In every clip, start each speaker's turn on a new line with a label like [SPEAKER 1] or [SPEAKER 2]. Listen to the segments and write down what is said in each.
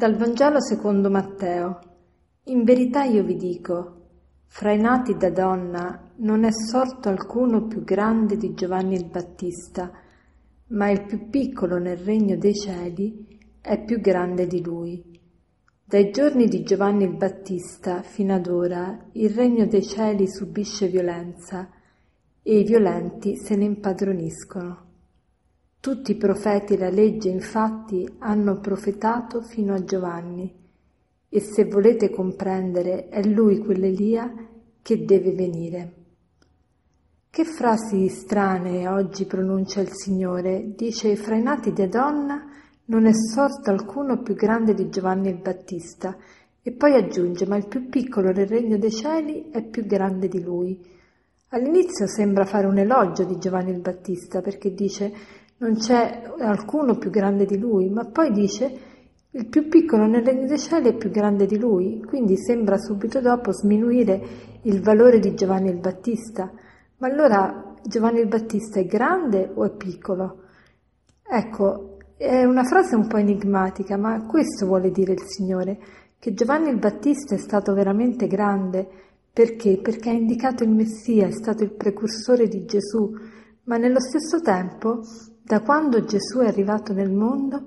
[SPEAKER 1] Dal Vangelo secondo Matteo. In verità io vi dico, fra i nati da donna non è sorto alcuno più grande di Giovanni il Battista, ma il più piccolo nel regno dei cieli è più grande di lui. Dai giorni di Giovanni il Battista fino ad ora il regno dei cieli subisce violenza e i violenti se ne impadroniscono. Tutti i profeti e la legge infatti hanno profetato fino a Giovanni, e se volete comprendere è lui quell'Elia che deve venire. Che frasi strane oggi pronuncia il Signore, dice fra i nati da donna non è sorto alcuno più grande di Giovanni il Battista, e poi aggiunge ma il più piccolo nel regno dei cieli è più grande di lui. All'inizio sembra fare un elogio di Giovanni il Battista perché dice non c'è alcuno più grande di lui, ma poi dice il più piccolo nel regno dei cieli è più grande di lui, quindi sembra subito dopo sminuire il valore di Giovanni il Battista. Ma allora Giovanni il Battista è grande o è piccolo? Ecco, è una frase un po' enigmatica, ma questo vuole dire il Signore, che Giovanni il Battista è stato veramente grande. Perché? Perché ha indicato il Messia, è stato il precursore di Gesù, ma nello stesso tempo, da quando Gesù è arrivato nel mondo,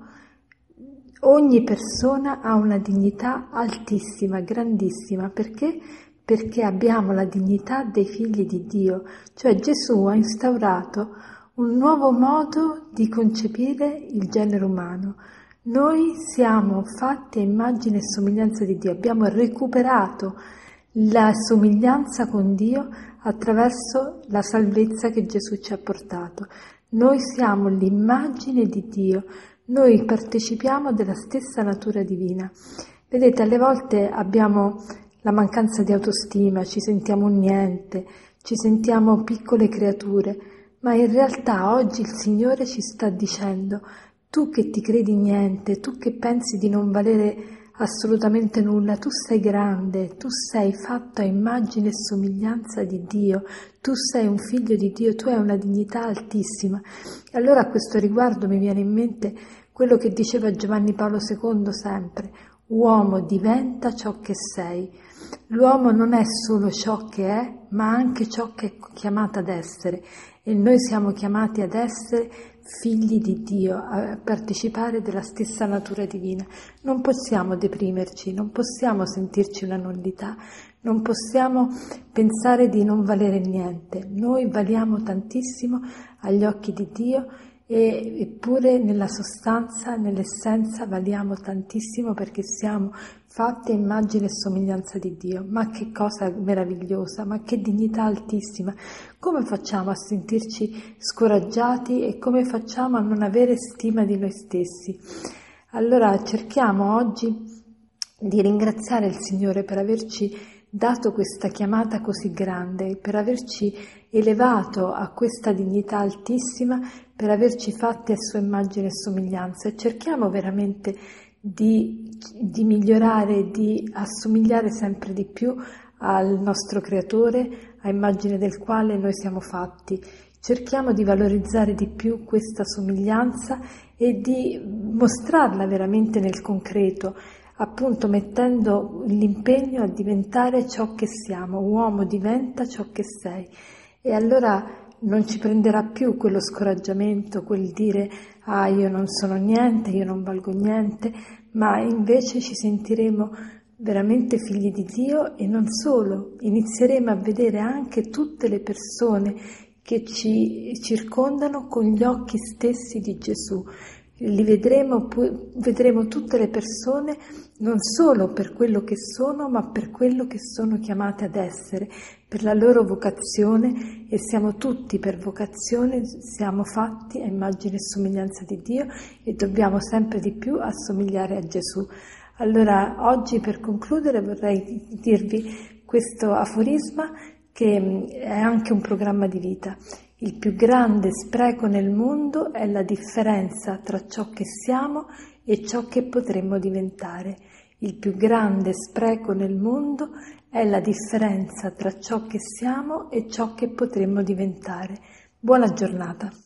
[SPEAKER 1] ogni persona ha una dignità altissima, grandissima. Perché? Perché abbiamo la dignità dei figli di Dio, cioè Gesù ha instaurato un nuovo modo di concepire il genere umano. Noi siamo fatti a immagine e somiglianza di Dio, abbiamo recuperato la somiglianza con Dio attraverso la salvezza che Gesù ci ha portato. Noi siamo l'immagine di Dio, noi partecipiamo della stessa natura divina. Vedete, alle volte abbiamo la mancanza di autostima, ci sentiamo un niente, ci sentiamo piccole creature, ma in realtà oggi il Signore ci sta dicendo: tu che ti credi niente, tu che pensi di non valere assolutamente nulla, tu sei grande, tu sei fatto a immagine e somiglianza di Dio, tu sei un figlio di Dio, tu hai una dignità altissima. E allora a questo riguardo mi viene in mente quello che diceva Giovanni Paolo II sempre: uomo diventa ciò che sei. L'uomo non è solo ciò che è, ma anche ciò che è chiamato ad essere, e noi siamo chiamati ad essere figli di Dio, a partecipare della stessa natura divina. Non possiamo deprimerci, non possiamo sentirci una nullità, non possiamo pensare di non valere niente. Noi valiamo tantissimo agli occhi di Dio, eppure nella sostanza, nell'essenza valiamo tantissimo perché siamo fatti a immagine e somiglianza di Dio. Ma che cosa meravigliosa, ma che dignità altissima! Come facciamo a sentirci scoraggiati e come facciamo a non avere stima di noi stessi? Allora cerchiamo oggi di ringraziare il Signore per averci dato questa chiamata così grande, per averci elevato a questa dignità altissima, per averci fatti a sua immagine e somiglianza, e cerchiamo veramente di migliorare, di assomigliare sempre di più al nostro Creatore, a immagine del quale noi siamo fatti. Cerchiamo di valorizzare di più questa somiglianza e di mostrarla veramente nel concreto, appunto mettendo l'impegno a diventare ciò che siamo. Uomo diventa ciò che sei. E allora non ci prenderà più quello scoraggiamento, quel dire io non sono niente, io non valgo niente, ma invece ci sentiremo veramente figli di Dio, e non solo, inizieremo a vedere anche tutte le persone che ci circondano con gli occhi stessi di Gesù. Li vedremo tutte le persone non solo per quello che sono, ma per quello che sono chiamate ad essere, per la loro vocazione, e siamo tutti per vocazione, siamo fatti a immagine e somiglianza di Dio e dobbiamo sempre di più assomigliare a Gesù. Allora oggi, per concludere, vorrei dirvi questo aforisma che è anche un programma di vita. Il più grande spreco nel mondo è la differenza tra ciò che siamo e ciò che potremmo diventare. Il più grande spreco nel mondo è la differenza tra ciò che siamo e ciò che potremmo diventare. Buona giornata.